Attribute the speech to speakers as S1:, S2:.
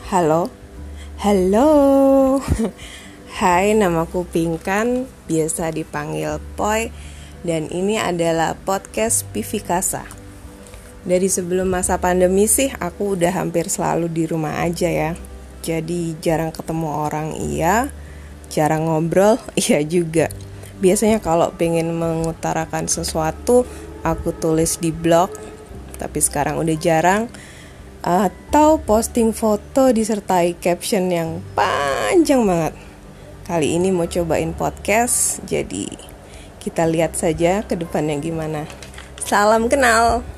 S1: Halo, halo. Hai, namaku Pinkan, biasa dipanggil Poi. Dan ini adalah podcast Pivikasa. Dari sebelum masa pandemi sih, aku udah hampir selalu di rumah aja ya. Jadi jarang ketemu orang, iya. Jarang ngobrol, iya juga. Biasanya kalau pengen mengutarakan sesuatu, aku tulis di blog. Tapi sekarang udah jarang. Atau posting foto disertai caption yang panjang banget. Kali ini mau cobain podcast, jadi kita lihat saja ke depannya gimana. Salam kenal.